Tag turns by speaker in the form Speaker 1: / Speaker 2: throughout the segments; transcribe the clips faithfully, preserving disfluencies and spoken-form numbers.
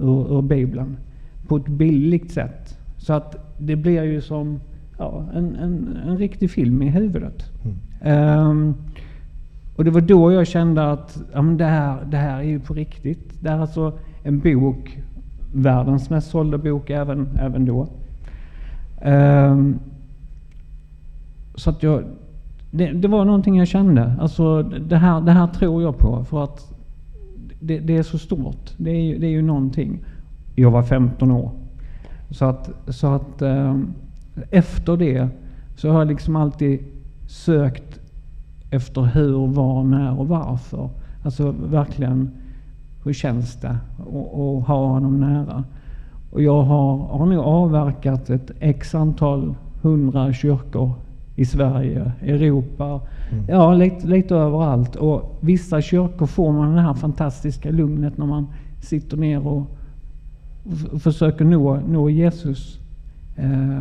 Speaker 1: ur, ur Bibeln på ett billigt sätt. Så att det blir ju som ja, en, en, en riktig film i huvudet. Mm. Um, och det var då jag kände att ja, men det, här, det här är ju på riktigt. Det är alltså en bok, världens mest sålda bok även, även då. Um, så att jag, det, det var någonting jag kände. Alltså det här, det här tror jag på för att det, det är så stort. Det är, ju, det är ju någonting. Jag var femton år. Så att, så att um, efter det så har jag liksom alltid sökt efter hur, var, när och varför. Alltså verkligen, hur känns det att ha honom nära? Och jag har, har nu avverkat ett x antal hundra kyrkor i Sverige, Europa, mm. ja lite, lite överallt. Och vissa kyrkor får man det här fantastiska lugnet när man sitter ner och, och försöker nå, nå Jesus. Eh,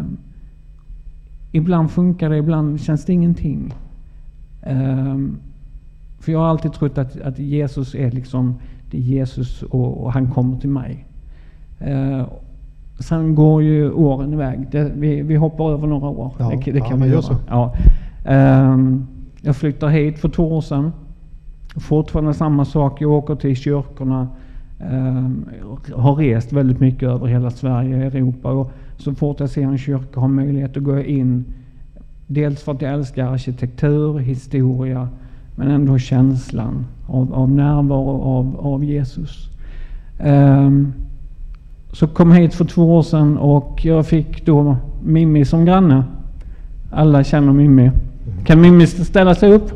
Speaker 1: ibland funkar det, ibland känns det ingenting. Eh, för jag har alltid trott att, att Jesus är liksom, det är Jesus och, och han kommer till mig. Eh, sen går ju åren iväg. Det, vi, vi hoppar över några år.
Speaker 2: Ja,
Speaker 1: det, det
Speaker 2: ja,
Speaker 1: kan man göra. Så. Ja. Um, jag flyttar hit för två år sedan. Fortfarande samma sak. Jag åker till kyrkorna. Um, har rest väldigt mycket över hela Sverige och Europa. Och så fort jag ser en kyrka har möjlighet att gå in. Dels för att jag älskar arkitektur, historia. Men ändå känslan av, av närvaro av, av Jesus. Um, Så kom hit för två år sedan och jag fick då Mimmi som granne. Alla känner Mimmi. Kan Mimmi ställa sig upp?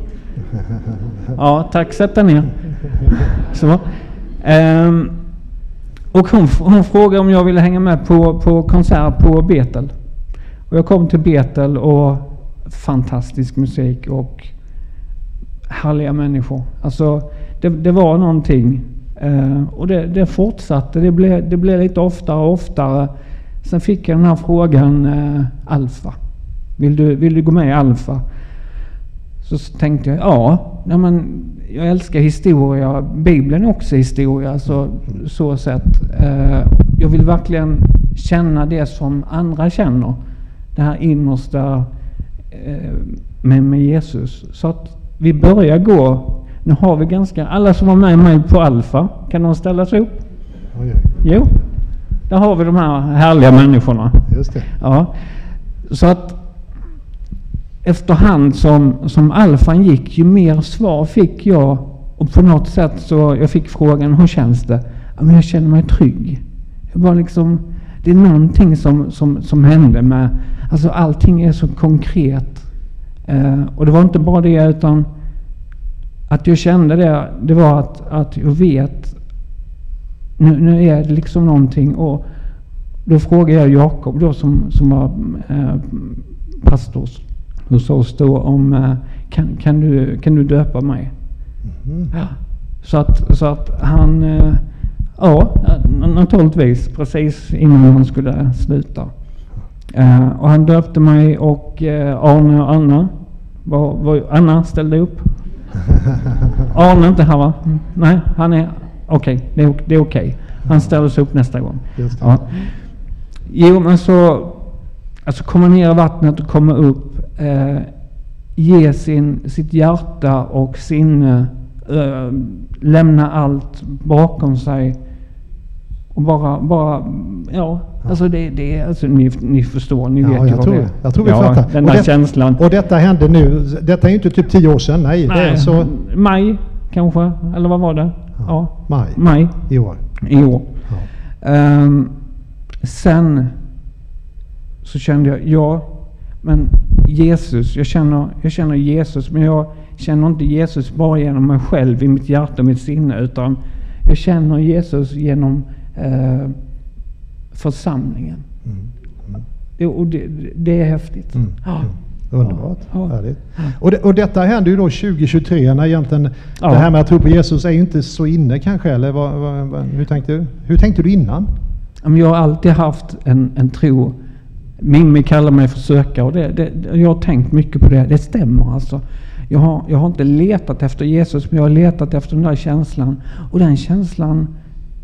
Speaker 1: Ja, tack. Sätta ner. Så. Um, och hon, hon frågade om jag ville hänga med på, på konsert på Betel. Och jag kom till Betel och fantastisk musik och härliga människor. Alltså, det, det var någonting. Uh, och det, det fortsatte, det blev, det blev lite oftare och oftare. Sen fick jag den här frågan, uh, Alfa. Vill du, vill du gå med i Alfa? Så, så tänkte jag, ja, nej men, jag älskar historia. Bibeln är också historia, så, så sett. Uh, jag vill verkligen känna det som andra känner. Det här innersta uh, med, med Jesus. Så att vi börjar gå. Nu har vi ganska, alla som var med mig på Alfa, kan de ställa sig upp?
Speaker 2: Oj, oj.
Speaker 1: Jo, där har vi de här härliga människorna.
Speaker 2: Just det.
Speaker 1: Ja, så att efterhand som, som Alfan gick, ju mer svar fick jag. Och på något sätt så, jag fick frågan, hur känns det? Ja, men jag känner mig trygg. Jag bara liksom, det är någonting som, som, som hände med, alltså allting är så konkret. Eh, och det var inte bara det, utan att jag kände det, det var att, att jag vet, nu, nu är det liksom någonting. Och då frågade jag Jakob då som, som var eh, pastor hos oss då om eh, kan, kan, du, kan du döpa mig? Mm. Ja. Så att, så att han, eh, ja, naturligtvis precis innan han skulle sluta. Eh, och han döpte mig och eh, Arne och Anna, var, var, Anna ställde upp. Arne inte här va? Mm. Nej, han är okej, okay, det är, det är okej. Okay. Han ställer sig upp nästa gång. Ja. Jo, men så alltså komma ner i vattnet och komma upp, eh, ge sin, sitt hjärta och sinne, eh, lämna allt bakom sig och bara, bara ja, alltså det, det alltså ni, ni förstår, ni
Speaker 2: ja,
Speaker 1: vet ju vad
Speaker 2: tror,
Speaker 1: det är.
Speaker 2: Jag tror vi
Speaker 1: ja,
Speaker 2: fattar.
Speaker 1: Den
Speaker 2: och
Speaker 1: där
Speaker 2: det,
Speaker 1: känslan.
Speaker 2: Och detta hände nu, detta är ju inte typ tio år sedan, nej. nej det är så...
Speaker 1: Maj kanske, eller vad var det? Ja,
Speaker 2: ja. Maj.
Speaker 1: Maj.
Speaker 2: I år.
Speaker 1: I år.
Speaker 2: Ja.
Speaker 1: Um, sen så kände jag, ja, men Jesus, jag känner, jag känner Jesus, men jag känner inte Jesus bara genom mig själv i mitt hjärta och mitt sinne, utan jag känner Jesus genom uh, församlingen. Mm. Mm. Det, och det, det är häftigt.
Speaker 2: Mm.
Speaker 1: Ja.
Speaker 2: Mm. Underbart.
Speaker 1: Ja.
Speaker 2: Härligt. Och, det, och detta hände ju då tjugo tjugotre, när egentligen
Speaker 1: ja.
Speaker 2: det här med att tro på Jesus är ju inte så inne kanske, eller vad, vad, vad, hur, tänkte du? hur tänkte du innan?
Speaker 1: Jag har alltid haft en, en tro. Mimmi kallar mig för sökare, och det, det, jag har tänkt mycket på det. Det stämmer alltså. Jag har, jag har inte letat efter Jesus, men jag har letat efter den där känslan. Och den känslan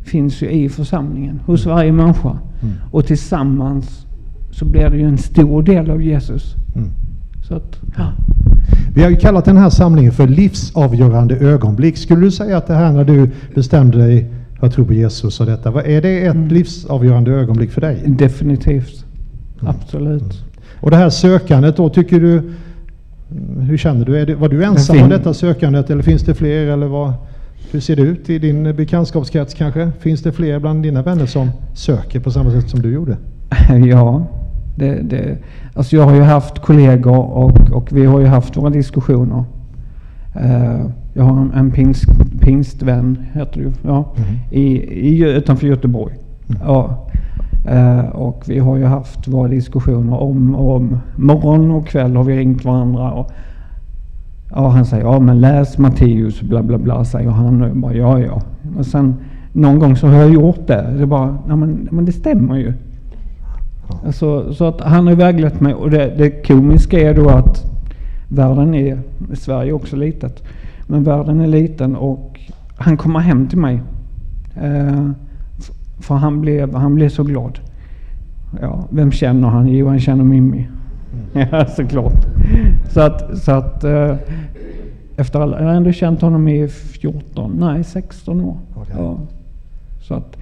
Speaker 1: finns ju i församlingen, hos varje människa.
Speaker 2: Mm.
Speaker 1: Och tillsammans så blir det ju en stor del av Jesus.
Speaker 2: Mm.
Speaker 1: Så att, ja.
Speaker 2: Vi har ju kallat den här samlingen för livsavgörande ögonblick. Skulle du säga att det här när du bestämde dig för att tro på Jesus och detta, vad är det ett mm. livsavgörande ögonblick för dig?
Speaker 1: Definitivt. Mm. Absolut. Mm.
Speaker 2: Och det här sökandet då, tycker du, hur känner du? Är det, var du ensam om detta sökandet eller finns det fler? Eller vad, hur ser det ut i din bekantskapskrets kanske? Finns det fler bland dina vänner som söker på samma sätt som du gjorde?
Speaker 1: Ja, det, det, alltså jag har ju haft kollegor och, och vi har ju haft våra diskussioner. Uh, jag har en, en pingst, pingstvän, heter det ju, ja, mm. i, i, utanför Göteborg. Mm. Ja. Uh, och vi har ju haft våra diskussioner om, om morgon och kväll har vi ringt varandra. Och, ja, han säger, ja men läs Matteus, bla bla bla, säger han. Och jag bara, ja ja. Och sen någon gång så har jag gjort det. Det bara, ja men, men det stämmer ju. Alltså, så att han har väglett mig. Och det, det komiska är då att världen är, Sverige är också litet, men världen är liten och han kommer hem till mig. Uh, för han blev, han blev så glad. Ja, vem känner han? Jo, han känner Mimmi. Mm. Ja, såklart. Så att, så att uh, efter alla, jag har ändå känt honom i fjorton, nej sexton år. Okay. Ja. Så att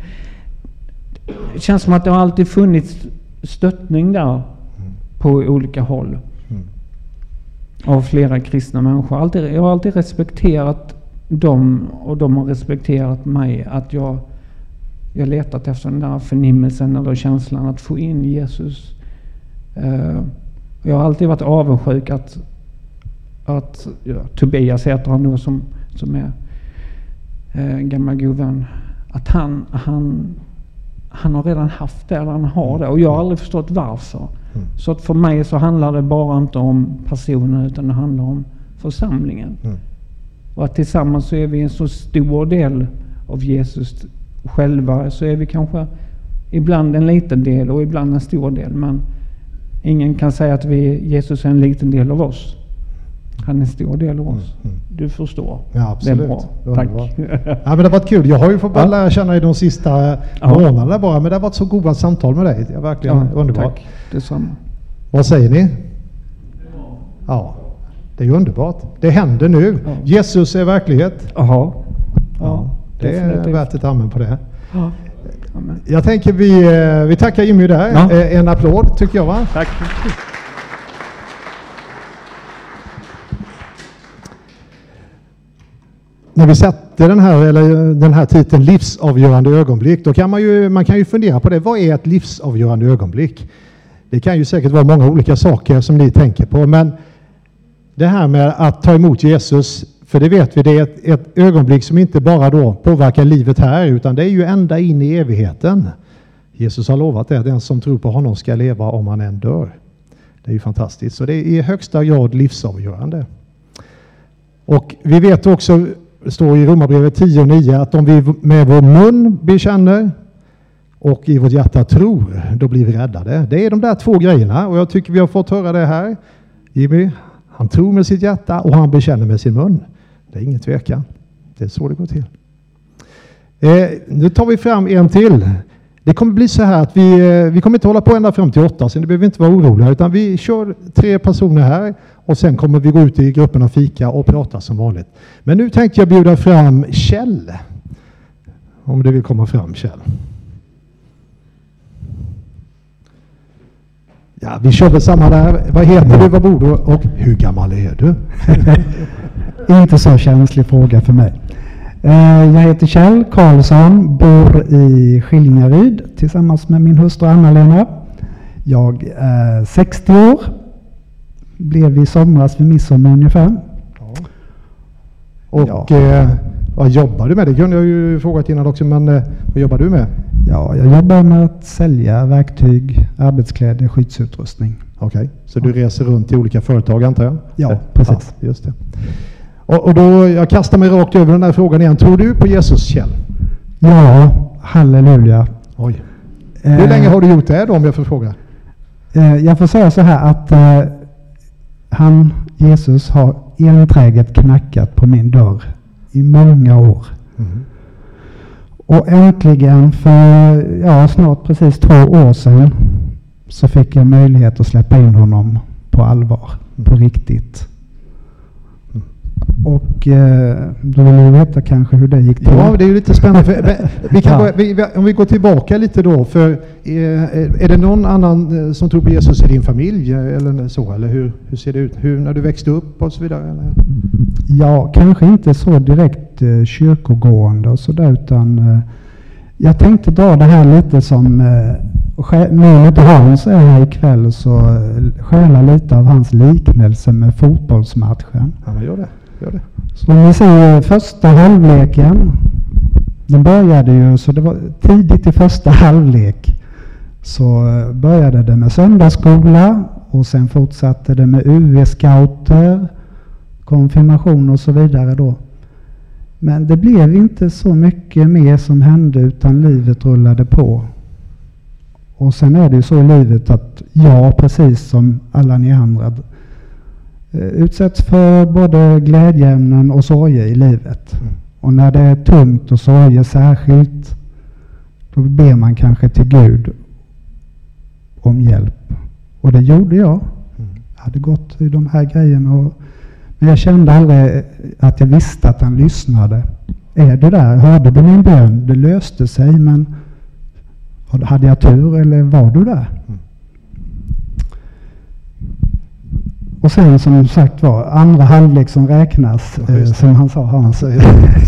Speaker 1: det känns som att det har alltid funnits stöttning där mm. på olika håll. Mm. Av flera kristna människor. Alltid, jag har alltid respekterat dem och de har respekterat mig. Att jag, jag letat efter den där förnimmelsen eller känslan att få in Jesus. Uh, jag har alltid varit avundsjuk att, att ja, Tobias heter han då som, som är uh, gammal god vän. Att han, han, han har redan haft det, eller han har det. Och jag har aldrig förstått varför. Mm. Så att för mig så handlar det bara inte om personer utan det handlar om församlingen. Mm. Och att tillsammans så är vi en så stor del av Jesus själva. Så är vi kanske ibland en liten del och ibland en stor del. Men ingen kan säga att vi, Jesus är en liten del av oss. Han är en stor del av oss. Mm. Mm. Du förstår.
Speaker 2: Ja, absolut.
Speaker 1: Det är bra.
Speaker 2: Underbar.
Speaker 1: Tack.
Speaker 2: Ja, men det har varit kul. Jag har ju fått bara lära känna i de sista ja. månaderna bara. Men det har varit så goda samtal med dig. Det är verkligen ja, underbart.
Speaker 1: Tack. Detsamma.
Speaker 2: Vad säger ni? Ja, det är underbart. Det händer nu. Ja. Jesus är verkliget.
Speaker 1: Jaha. Ja,
Speaker 2: ja, det definitivt. Är värt ett amen på det.
Speaker 1: Ja. Amen.
Speaker 2: Jag tänker vi, vi tackar Jimmy där. Ja. En applåd tycker jag, va?
Speaker 1: Tack.
Speaker 2: När vi sätter den här, eller den här titeln livsavgörande ögonblick, då kan man ju, man kan ju fundera på det. Vad är ett livsavgörande ögonblick? Det kan ju säkert vara många olika saker som ni tänker på, men det här med att ta emot Jesus, för det vet vi, det är ett, ett ögonblick som inte bara då påverkar livet här, utan det är ju ända in i evigheten. Jesus har lovat det, den som tror på honom ska leva om han än dör. Det är ju fantastiskt, så det är i högsta grad livsavgörande. Och vi vet också, det står i Romarbrevet tio nio, att om vi med vår mun bekänner och i vårt hjärta tror, då blir vi räddade. Det är de där två grejerna, och jag tycker vi har fått höra det här. Jimmy, han tror med sitt hjärta och han bekänner med sin mun. Det är ingen tvekan. Det är så det går till. Eh, nu tar vi fram en till. Det kommer bli så här att vi, vi kommer inte hålla på ända fram till åtta, så det behöver inte vara oroliga, utan vi kör tre personer här och sen kommer vi gå ut i gruppen och fika och prata som vanligt. Men nu tänkte jag bjuda fram Kjell. Om du vill komma fram, Kjell. Ja, vi kör väl samma där. Vad heter du, vad bor du och hur gammal är du?
Speaker 3: Inte så känslig fråga för mig. Jag heter Kjell Karlsson, bor i Skillingaryd tillsammans med min hustru Anna-Lena. Jag är sextio år, blev i somras vid midsommar ungefär.
Speaker 2: Ja. Och ja. Eh, vad jobbar du med? Det kunde jag ju frågat innan också, men eh, vad jobbar du med?
Speaker 3: Ja, jag jobbar med att sälja verktyg, arbetskläder, skyddsutrustning.
Speaker 2: Okej, okay. Så ja. Du reser runt till olika företag antar jag?
Speaker 3: Ja, precis.
Speaker 2: Ja, just det. Och, och då, jag kastar mig rakt över den här frågan igen. Tror du på Jesus, Kjell?
Speaker 3: Ja, halleluja.
Speaker 2: Oj. Hur eh, länge har du gjort det då, om jag får fråga?
Speaker 3: Eh, jag får säga så här att eh, han, Jesus, har enträget knackat på min dörr i många år. Mm. Och äntligen för ja, snart precis två år sedan så fick jag möjlighet att släppa in honom på allvar, på riktigt. Och eh, då vill ni veta kanske hur det gick till.
Speaker 2: Ja, det är ju lite spännande. För, vi kan ja. gå, vi, om vi går tillbaka lite då, för är, är det någon annan som tror på Jesus i din familj eller så, eller hur, hur ser det ut? Hur, när du växte upp och så vidare? Eller?
Speaker 3: Ja, kanske inte så direkt eh, kyrkogående och sådär, utan eh, jag tänkte dra det här lite som eh, nu inte Hans är här ikväll, så eh, stjäla lite av hans liknelse med fotbollsmatchen.
Speaker 2: Ja, men gör det. Gör det.
Speaker 3: Så ni ser första halvleken, den började ju, så det var tidigt i första halvlek så började det med söndagsskola och sen fortsatte det med U E-scouter, konfirmation och så vidare då. Men det blev inte så mycket mer som hände, utan livet rullade på. Och sen är det ju så i livet att jag, precis som alla ni andra, utsätts för både glädjeämnen och sorger i livet. Mm. Och när det är tungt och sorger särskilt, då ber man kanske till Gud om hjälp. Och det gjorde jag. Mm. Jag hade gått i de här grejerna. Och, men jag kände aldrig att jag visste att han lyssnade. Är det där? Hörde du min bön? Det löste sig, men hade jag tur eller var du där? Mm. Och sen som sagt var, andra halvlek som räknas, ja, eh, som han sa, Hans. eh,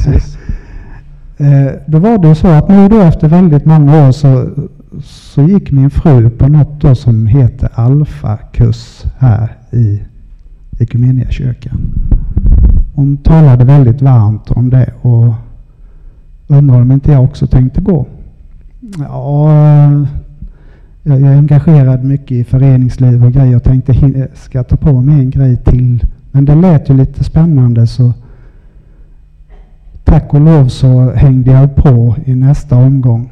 Speaker 3: då var det så att nu då efter väldigt många år så, så gick min fru på något då som heter Alfa-kurs här i Ekumeniakyrkan. Hon talade väldigt varmt om det och undrade om inte jag också tänkte gå. Ja, jag är engagerad mycket i föreningsliv och grejer och tänkte ska jag ta på mig en grej till. Men det lät ju lite spännande, så tack och lov så hängde jag på i nästa omgång.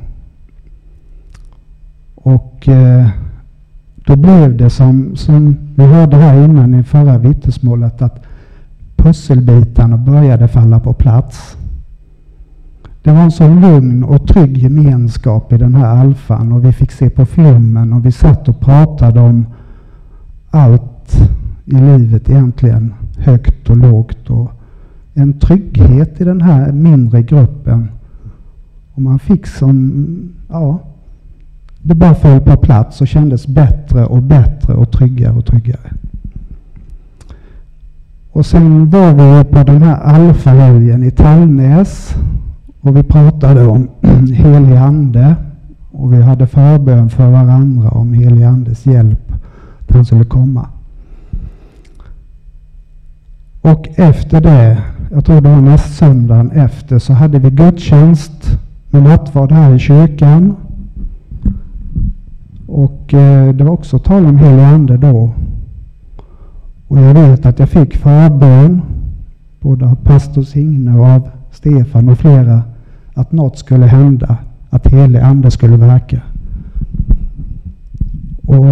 Speaker 3: Och eh, då blev det som, som vi hörde här innan i förra vittnesmålet, att pusselbitarna började falla på plats. Det var en så lugn och trygg gemenskap i den här alfan, och vi fick se på filmen och vi satt och pratade om allt i livet egentligen, högt och lågt, och en trygghet i den här mindre gruppen. Och man fick som, ja, det bara föll på plats och kändes bättre och bättre och tryggare och tryggare. Och sen var vi på den här alfahelgen i Tallnäs. Och vi pratade om helig ande, och vi hade förbön för varandra om helig andes hjälp att han skulle komma. Och efter det, jag tror det var näst söndagen efter, så hade vi gudstjänst med nattvard här i kyrkan. Och eh, det var också tal om helig ande då. Och jag vet att jag fick förbön både av pastor Signe och av Stefan och flera, att något skulle hända, att helig ande skulle verka. Och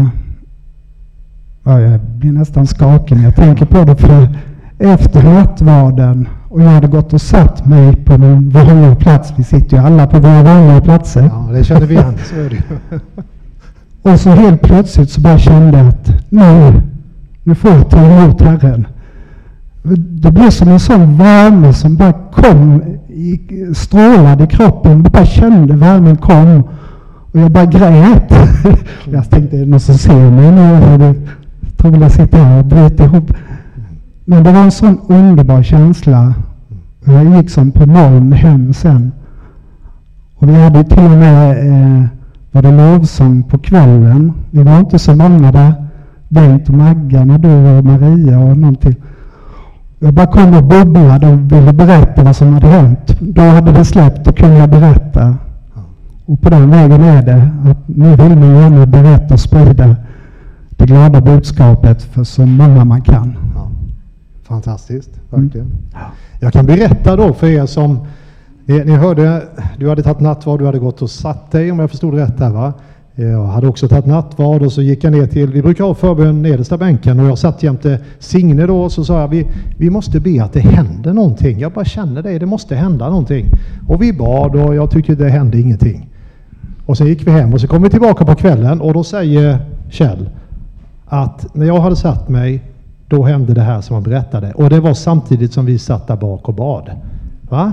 Speaker 3: ja, jag blir nästan skakig när jag tänker på det, för efter nattvarden, och jag hade gått och satt mig på min vanliga plats, vi sitter ju alla på våra vanliga platser.
Speaker 2: Ja, det kände vi igen, så är det.
Speaker 3: Och så helt plötsligt så bara kände jag att nu, nu får jag ta emot Herren. Det blev som en sån värme som bara kom, i, strålade i kroppen. Jag bara kände värmen kom. Och jag bara grät. Jag tänkte, är det någon som ser mig nu? Jag tror väl jag sitter här och bryter ihop. Men det var en sån underbar känsla. Jag gick som på moln hem sen. Och vi hade till och med eh, var det lovsång på kvällen. Vi var inte så många där. Bengt och Maggan och du och Maria och någonting. Jag bara kom och bubblade och ville berätta vad som hade hänt. Då hade det släppt och kunde jag berätta. Och på den vägen är det att nu vill man gärna berätta och sprida det glada budskapet för så många man kan.
Speaker 2: Ja. Fantastiskt, verkligen. Mm. Jag kan berätta då för er som, ni, ni hörde, du hade tagit nattvard, du hade gått och satt dig, om jag förstod rätt där, va? Jag hade också tagit nattvard och så gick jag ner till, vi brukar ha förbön nedersta bänken och jag satt jämte Signe då och så sa jag, vi, vi måste be att det händer någonting. Jag bara känner det, det måste hända någonting. Och vi bad och jag tyckte det hände ingenting. Och sen gick vi hem och så kom vi tillbaka på kvällen och då säger Kjell att när jag hade satt mig, då hände det här som han berättade. Och det var samtidigt som vi satt där bak och bad. Va?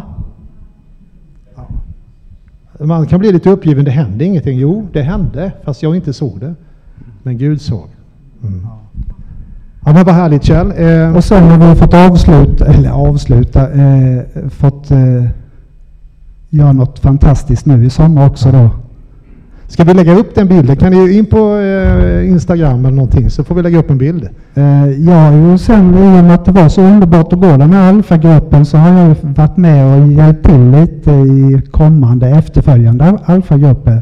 Speaker 2: Man kan bli lite uppgiven, det hände ingenting. Jo, det hände, fast jag inte såg det. Men Gud såg. Mm. Ja, men vad härligt, Kjell. Eh,
Speaker 3: och sen har vi fått avsluta, eller avsluta, eh, fått eh, göra något fantastiskt nu i sommar också då.
Speaker 2: Ska vi lägga upp den bilden? Kan ni in på eh, Instagram eller någonting så får vi lägga upp en bild.
Speaker 3: Eh, ja, och sen i och med att det var så underbart att gå den här alfagruppen så har jag varit med och hjälpt till lite i kommande efterföljande alfagrupper.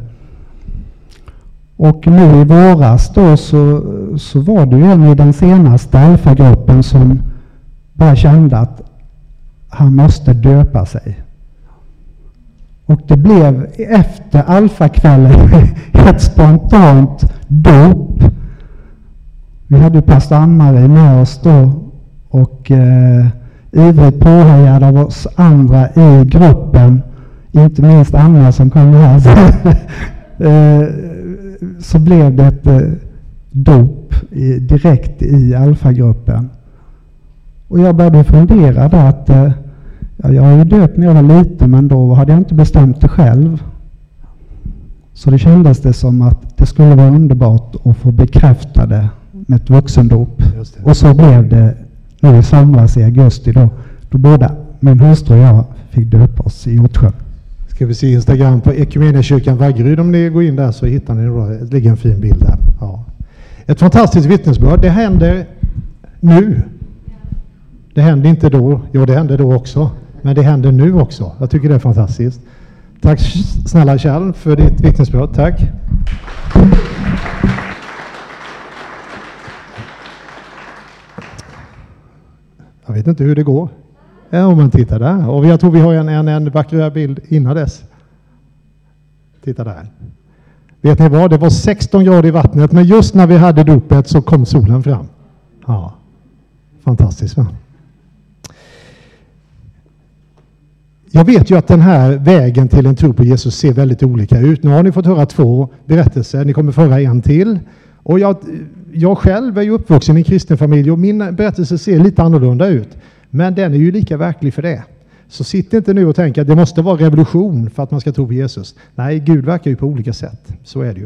Speaker 3: Och nu i våras då så, så var det ju en i den senaste alfagruppen som bara kände att han måste döpa sig. Och det blev efter alfakvällen ett spontant dop. Vi hade pastor Ann-Marie med oss då och eh, ivrigt påhejad av oss andra i gruppen, inte minst Anna som kom här, eh, så blev det ett eh, dop i, direkt i alfagruppen. Och jag började fundera där att eh, ja, jag har ju döpt när jag var liten, men då hade jag inte bestämt det själv. Så det kändes det som att det skulle vara underbart att få bekräfta det med ett vuxendop. Och så blev det nu i somras i augusti då. Då både min hustru och jag fick döpa oss i Hjortsjön.
Speaker 2: Ska vi se Instagram på Ekumeniakyrkan Vaggeryd. Om ni går in där så hittar ni då, det ligger en fin bild där. Ja. Ett fantastiskt vittnesbörd. Det händer nu. Det hände inte då. Jo, det hände då också. Men det händer nu också. Jag tycker det är fantastiskt. Tack snälla Kjell för ditt vittnesbörd. Tack. Jag vet inte hur det går. Ja, om man tittar där. Och jag tror vi har en, en, en vacker bild innan dess. Titta där. Vet ni vad? Det var sexton grader i vattnet. Men just när vi hade dopet så kom solen fram. Ja, fantastiskt va? Jag vet ju att den här vägen till en tro på Jesus ser väldigt olika ut. Nu har ni fått höra två berättelser. Ni kommer föra en till. Och jag, jag själv är ju uppvuxen i en kristen familj och min berättelse ser lite annorlunda ut. Men den är ju lika verklig för det. Så sitt inte nu och tänk att det måste vara revolution för att man ska tro på Jesus. Nej, Gud verkar ju på olika sätt. Så är det ju.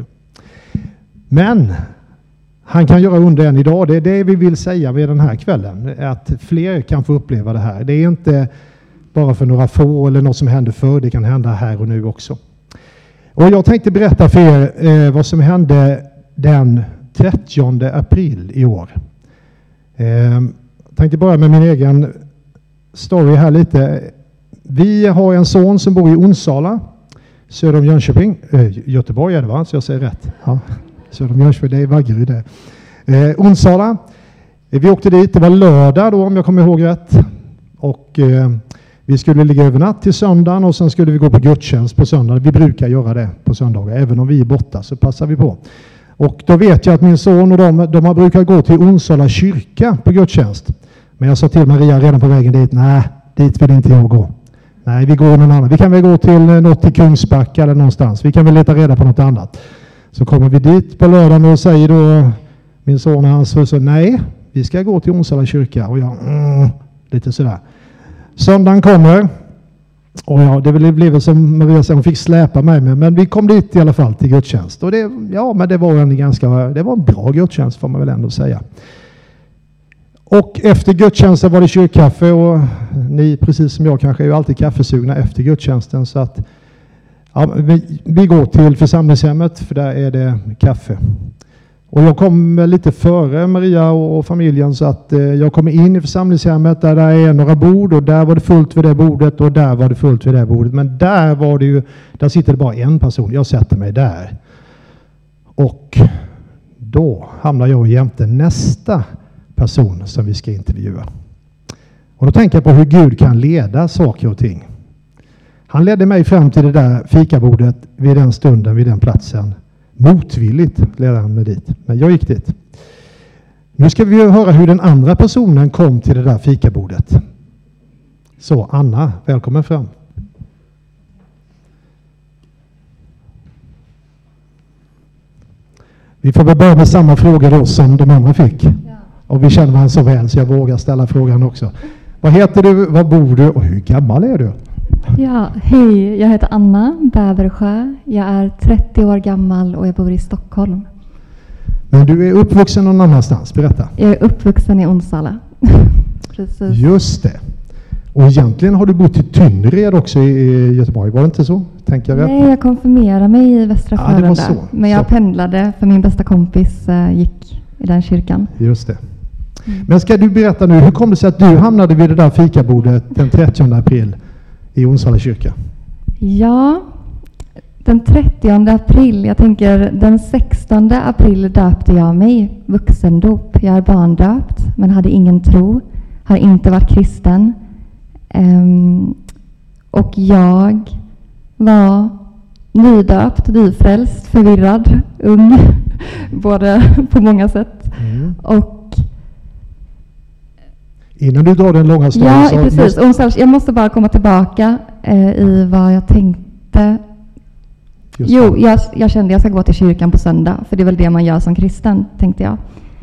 Speaker 2: Men han kan göra under än idag. Det är det vi vill säga med den här kvällen. Att fler kan få uppleva det här. Det är inte bara för några få eller något som händer förr. Det kan hända här och nu också. Och jag tänkte berätta för er eh, vad som hände den trettionde april i år. Eh, jag tänkte börja med min egen story här lite. Vi har en son som bor i Onsala, söder om Jönköping. Eh, Göteborg är det va? Så jag säger rätt. Ja. Söder om Jönköping, det är Vaggeryd det. Eh, Onsala. Eh, vi åkte dit, det var lördag då om jag kommer ihåg rätt. Och eh, vi skulle ligga över natt till söndagen och sen skulle vi gå på gudstjänst på söndagen. Vi brukar göra det på söndagar. Även om vi är borta så passar vi på. Och då vet jag att min son och de, de har brukat gå till Onsala kyrka på gudstjänst. Men jag sa till Maria redan på vägen dit, nej, dit vill inte jag gå. Nej, vi går någon annan. Vi kan väl gå till något i Kungsbacka eller någonstans. Vi kan väl leta reda på något annat. Så kommer vi dit på lördagen och säger då min son och hans fru så nej, vi ska gå till Onsala kyrka. Och jag, mm, lite sådär. Söndagen kommer och ja, det blev som Maria sa, hon fick släpa mig med, men vi kom dit i alla fall till gudstjänst. Och det, ja, men det var en ganska, det var en bra gudstjänst får man väl ändå säga. Och efter gudstjänsten var det kyrkkaffe och ni precis som jag kanske är ju alltid kaffesugna efter gudstjänsten så att ja, vi, vi går till församlingshemmet för där är det kaffe. Och jag kom lite före Maria och, och familjen så att eh, jag kom in i församlingshemmet där det är några bord och där var det fullt vid det bordet och där var det fullt vid det bordet. Men där var det ju, där sitter det bara en person. Jag sätter mig där. Och då hamnar jag jämte nästa person som vi ska intervjua. Och då tänker jag på hur Gud kan leda saker och ting. Han ledde mig fram till det där fikabordet vid den stunden, vid den platsen. Motvilligt ledde han mig dit. Men jag gick dit. Nu ska vi höra hur den andra personen kom till det där fikabordet. Så Anna, välkommen fram. Vi får väl börja med samma fråga då som de andra fick. Ja. Och vi känner varandra så väl så jag vågar ställa frågan också. Vad heter du, var bor du och hur gammal är du?
Speaker 4: Ja, hej, jag heter Anna Bäversjö. Jag är trettio år gammal och jag bor i Stockholm.
Speaker 2: Men du är uppvuxen någon annanstans, berätta.
Speaker 4: Jag är uppvuxen i Onsala. Precis.
Speaker 2: Just det. Och egentligen har du bott i Tynnered också i Göteborg, var det inte så? Tänker jag rätt?
Speaker 4: Nej, jag konfirmerade mig i Västra
Speaker 2: ja,
Speaker 4: Frölunda.
Speaker 2: så.
Speaker 4: Men jag
Speaker 2: så.
Speaker 4: pendlade för min bästa kompis uh, gick i den kyrkan.
Speaker 2: Just det. Mm. Men ska du berätta nu, hur kom det sig att du hamnade vid det där fikabordet den trettionde april i Onsala kyrka?
Speaker 4: Ja, den trettionde april, jag tänker den sextonde april döpte jag mig, vuxendop. Jag är barndöpt men hade ingen tro, har inte varit kristen. Um, och jag var nydöpt, nyfrälst, förvirrad, ung, både på många sätt. Mm. Och
Speaker 2: innan du drar den långa storyn.
Speaker 4: Ja,
Speaker 2: så
Speaker 4: precis.
Speaker 2: måste...
Speaker 4: Jag måste bara komma tillbaka eh, i vad jag tänkte. Just jo, jag, jag kände att jag ska gå till kyrkan på söndag. För det är väl det man gör som kristen, tänkte jag.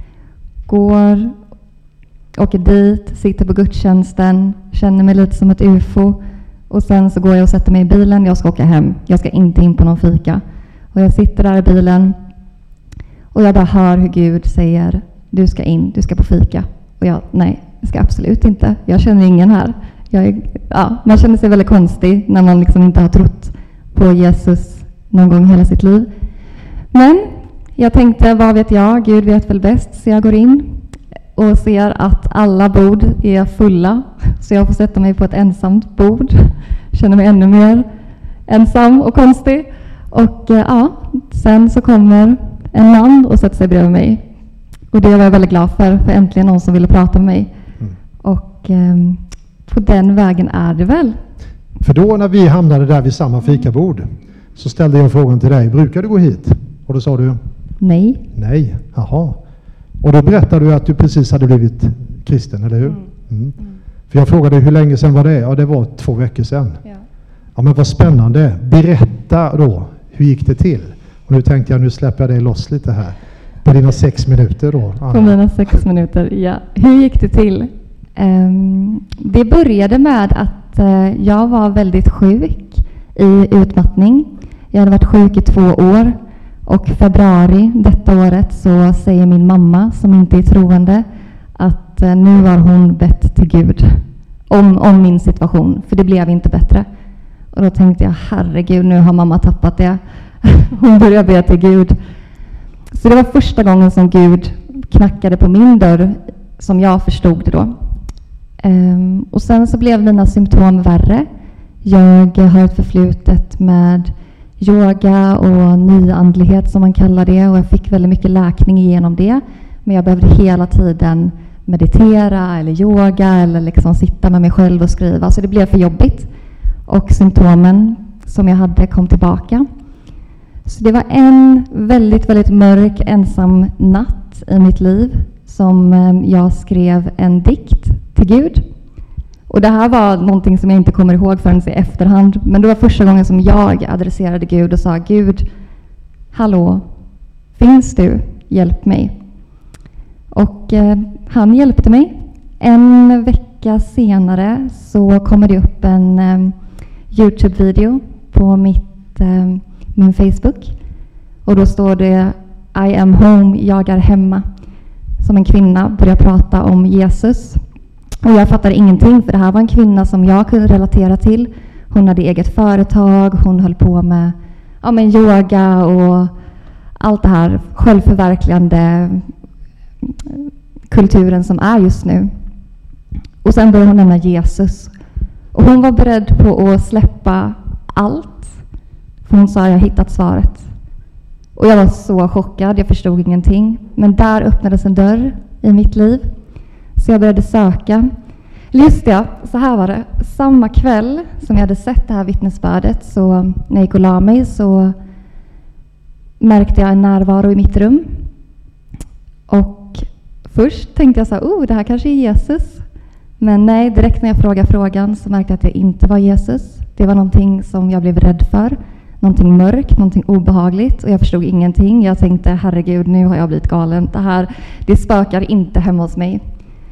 Speaker 4: Går, åker dit, sitter på gudstjänsten, känner mig lite som ett U F O. Och sen så går jag och sätter mig i bilen. Jag ska åka hem. Jag ska inte in på någon fika. Och jag sitter där i bilen. Och jag bara hör hur Gud säger, du ska in, du ska på fika. Och jag, nej, jag ska absolut inte. Jag känner ingen här. Jag är, ja, man känner sig väldigt konstig när man liksom inte har trott på Jesus någon gång i hela sitt liv. Men jag tänkte, vad vet jag? Gud vet väl bäst. Så jag går in och ser att alla bord är fulla. Så jag får sätta mig på ett ensamt bord. Känner mig ännu mer ensam och konstig. Och ja, sen så kommer en man och sätter sig bredvid mig. Och det var jag väldigt glad för. För äntligen någon som ville prata med mig. Mm. Och eh, på den vägen är det väl.
Speaker 2: För då när vi hamnade där vid samma fikabord så ställde jag frågan till dig, brukar du gå hit? Och då sa du?
Speaker 4: Nej.
Speaker 2: Nej, jaha. Och då berättade du att du precis hade blivit kristen, eller hur? Mm. Mm. Mm. För jag frågade hur länge sedan var det? Ja, det var två veckor sedan. Ja. Ja, men vad spännande. Berätta då, hur gick det till? Och nu tänkte jag, nu släpper jag dig loss lite här. På dina sex minuter då?
Speaker 4: Anna. På mina sex minuter, ja. Hur gick det till? Um, det började med att uh, jag var väldigt sjuk i utmattning. Jag hade varit sjuk i två år. Och februari detta året så säger min mamma, som inte är troende, att uh, nu har hon bett till Gud om, om min situation. För det blev inte bättre. Och då tänkte jag, herregud, nu har mamma tappat det. Hon börjar be till Gud. Så det var första gången som Gud knackade på min dörr, som jag förstod det då. Um, och sen så blev mina symptom värre. Jag har ett förflutet med yoga och nyandlighet som man kallar det. Och jag fick väldigt mycket läkning genom det. Men jag behövde hela tiden meditera eller yoga eller liksom sitta med mig själv och skriva. Så det blev för jobbigt. Och symptomen som jag hade kom tillbaka. Så det var en väldigt, väldigt mörk, ensam natt i mitt liv som jag skrev en dikt till Gud. Och det här var någonting som jag inte kommer ihåg förrän i efterhand. Men det var första gången som jag adresserade Gud och sa, Gud, hallå, finns du? Hjälp mig. Och eh, han hjälpte mig. En vecka senare så kommer det upp en eh, YouTube-video på mitt... Eh, min Facebook. Och då står det I am home, jag är hemma. Som en kvinna börjar prata om Jesus. Och jag fattar ingenting, för det här var en kvinna som jag kunde relatera till. Hon hade eget företag, hon höll på med, ja, med yoga och allt det här självförverkligande kulturen som är just nu. Och sen började hon nämna Jesus. Och hon var beredd på att släppa allt. Hon sa, jag har hittat svaret. Och jag var så chockad, jag förstod ingenting. Men där öppnades en dörr i mitt liv. Så jag började söka. Just det, så här var det. Samma kväll som jag hade sett det här vittnesbördet, så när jag gick och la mig så märkte jag en närvaro i mitt rum. Och först tänkte jag så här, oh, det här kanske är Jesus. Men nej, direkt när jag frågade frågan så märkte jag att det inte var Jesus. Det var någonting som jag blev rädd för. Någonting mörkt, någonting obehagligt. Och jag förstod ingenting. Jag tänkte, herregud, nu har jag blivit galen. Det här, det spökar inte hemma hos mig.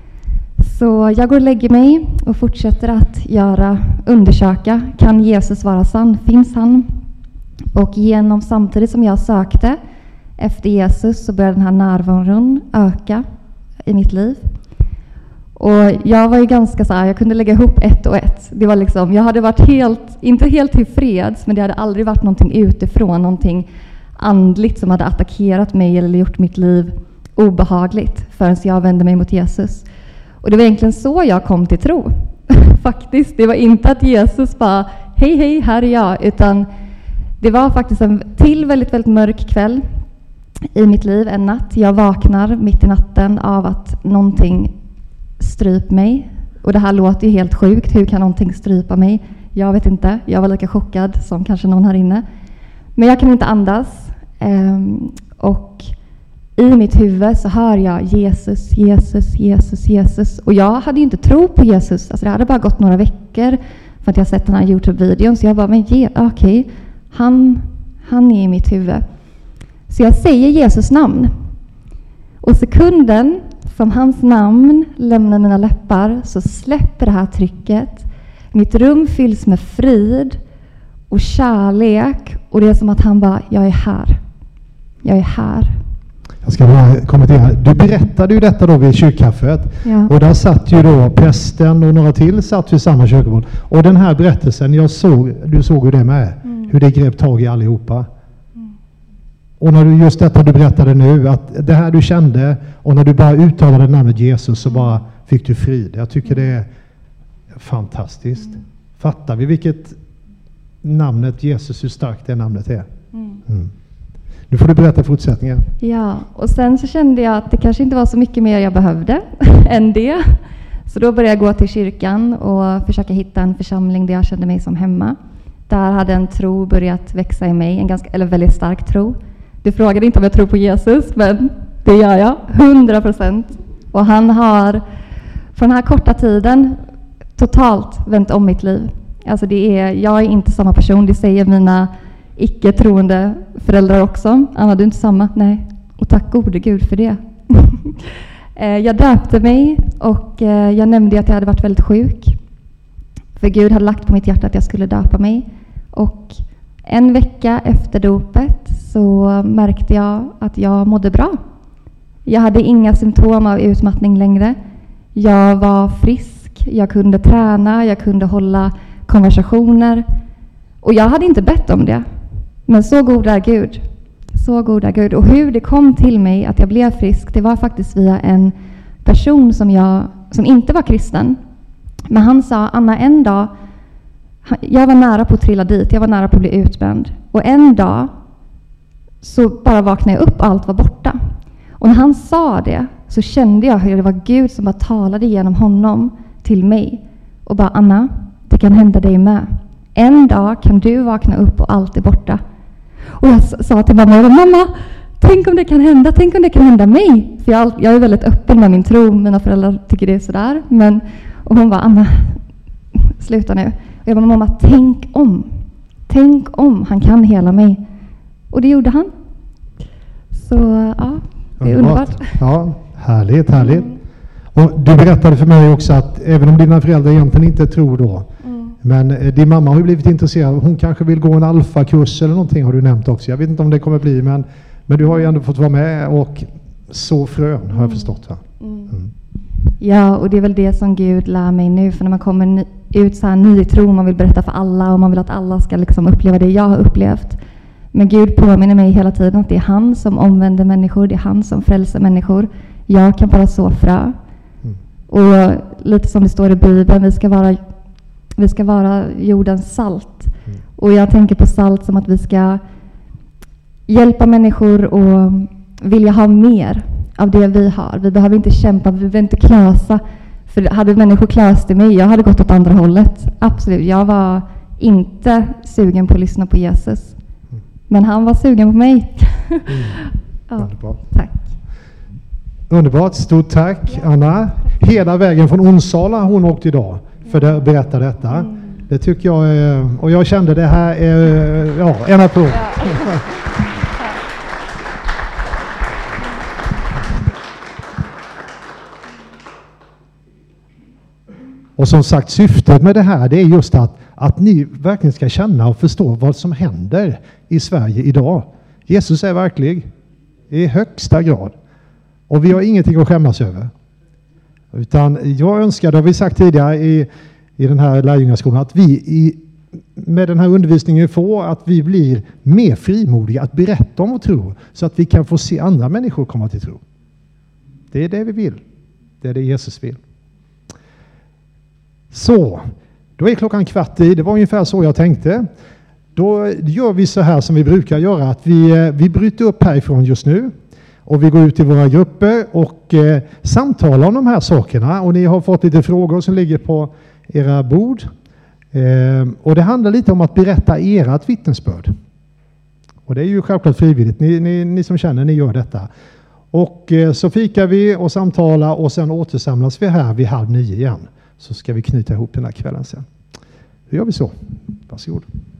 Speaker 4: Så jag går och lägger mig och fortsätter att göra, undersöka. Kan Jesus vara sann? Finns han? Och genom, samtidigt som jag sökte efter Jesus, så började den här närvaron öka i mitt liv. Och jag var ju ganska så här, jag kunde lägga ihop ett och ett. Det var liksom, jag hade varit helt, inte helt tillfreds, men det hade aldrig varit någonting utifrån, någonting andligt som hade attackerat mig eller gjort mitt liv obehagligt förrän jag vände mig mot Jesus. Och det var egentligen så jag kom till tro. Faktiskt, det var inte att Jesus bara, hej hej, här är jag, utan det var faktiskt en till väldigt, väldigt mörk kväll i mitt liv, en natt. Jag vaknar mitt i natten av att någonting stryp mig. Och det här låter ju helt sjukt. Hur kan någonting strypa mig? Jag vet inte. Jag var lika chockad som kanske någon här inne. Men jag kan inte andas. Um, och i mitt huvud så hör jag Jesus, Jesus, Jesus, Jesus. Och jag hade ju inte tro på Jesus. Alltså det hade bara gått några veckor för att jag sett den här YouTube-videon. Så jag bara, men okej, okay, han, han är i mitt huvud. Så jag säger Jesus namn. Och sekunden som hans namn lämnar mina läppar så släpper det här trycket. Mitt rum fylls med frid och kärlek. Och det är som att han bara, jag är här. Jag är här.
Speaker 2: Jag ska bara kommentera. Du berättade ju detta då vid kyrkkaffet. Ja. Och där satt ju då prästen och några till satt vid samma kyrkbord. Och den här berättelsen, jag såg, du såg ju det med. Mm. Hur det grep tag i allihopa. Och när du just detta du berättade nu, att det här du kände och när du bara uttalade namnet Jesus så bara fick du frid. Jag tycker det är fantastiskt. Mm. Fattar vi vilket namnet Jesus, hur starkt det namnet är? Mm. Mm. Nu får du berätta fortsättningen.
Speaker 4: Ja, och sen så kände jag att det kanske inte var så mycket mer jag behövde än det. Så då började jag gå till kyrkan och försöka hitta en församling där jag kände mig som hemma. Där hade en tro börjat växa i mig, en ganska, eller väldigt stark tro. Du frågade inte om jag tror på Jesus, men det gör jag. hundra procent. Och han har för den här korta tiden totalt vänt om mitt liv. Alltså det är, jag är inte samma person. Det säger mina icke-troende föräldrar också. Anna, du är inte samma? Nej. Och tack gode Gud för det. Jag döpte mig och jag nämnde att jag hade varit väldigt sjuk. För Gud hade lagt på mitt hjärta att jag skulle döpa mig. Och en vecka efter dopet så märkte jag att jag mådde bra. Jag hade inga symptom av utmattning längre. Jag var frisk, jag kunde träna, jag kunde hålla konversationer. Och jag hade inte bett om det. Men så god är Gud. Så god är Gud. Och hur det kom till mig att jag blev frisk, det var faktiskt via en person som, jag, som inte var kristen. Men han sa, Anna, en dag, jag var nära på att trilla dit, jag var nära på att bli utbränd. Och en dag så bara vaknade jag upp och allt var borta. Och när han sa det så kände jag hur det var Gud som bara talade genom honom till mig. Och bara, Anna, det kan hända dig med. En dag kan du vakna upp och allt är borta. Och jag sa till mamma, mamma, tänk om det kan hända, tänk om det kan hända mig. För jag, jag är väldigt öppen med min tro, mina föräldrar tycker det är sådär. Men, och hon bara, Anna, sluta nu. Och jag bara, mamma, tänk om. Tänk om han kan hela mig. Och det gjorde han. Så ja, det är underbart.
Speaker 2: Ja, härligt, härligt. Mm. Och du berättade för mig också att även om dina föräldrar egentligen inte tror då, mm. men eh, din mamma har ju blivit intresserad. Hon kanske vill gå en alfakurs eller någonting har du nämnt också. Jag vet inte om det kommer bli, men, men du har ju ändå fått vara med och så frön, har jag förstått. Va?
Speaker 4: Mm. Mm. Ja, och det är väl det som Gud lär mig nu. För när man kommer ny, ut så här ny i tro, man vill berätta för alla och man vill att alla ska liksom uppleva det jag har upplevt. Men Gud påminner mig hela tiden att det är han som omvänder människor, det är han som frälser människor. Jag kan bara så frö. Mm. Och lite som det står i Bibeln, vi ska vara, vi ska vara jordens salt. Mm. Och jag tänker på salt som att vi ska hjälpa människor och vilja ha mer av det vi har. Vi behöver inte kämpa, vi behöver inte klösa. För hade människor klöst i mig, jag hade gått åt andra hållet. Absolut, jag var inte sugen på att lyssna på Jesus. Men han var sugen på mig. Ja,
Speaker 2: Underbart.
Speaker 4: tack.
Speaker 2: Underbart, stort tack Anna. Hela vägen från Onsala har hon åkt idag för att berätta detta. Det tycker jag är, och jag kände det här är, ja, en applåd. Och som sagt, syftet med det här, det är just att, att ni verkligen ska känna och förstå vad som händer i Sverige idag. Jesus är verklig i högsta grad. Och vi har ingenting att skämmas över. Utan jag önskar, det har vi sagt tidigare i, i den här lärjungaskolan, att vi i, med den här undervisningen får, att vi blir mer frimodiga att berätta om vår tro, så att vi kan få se andra människor komma till tro. Det är det vi vill. Det är det Jesus vill. Så, då är klockan kvart i. Det var ungefär så jag tänkte. Då gör vi så här som vi brukar göra, att vi, vi bryter upp härifrån just nu. Och vi går ut i våra grupper och eh, samtalar om de här sakerna. Och ni har fått lite frågor som ligger på era bord. Eh, och det handlar lite om att berätta ert vittnesbörd. Och det är ju självklart frivilligt. Ni, ni, ni som känner, ni gör detta. Och eh, så fikar vi och samtalar och sen återsamlas vi här vid halv nio igen. Så ska vi knyta ihop den här kvällen sen. Då gör vi så. Varsågod.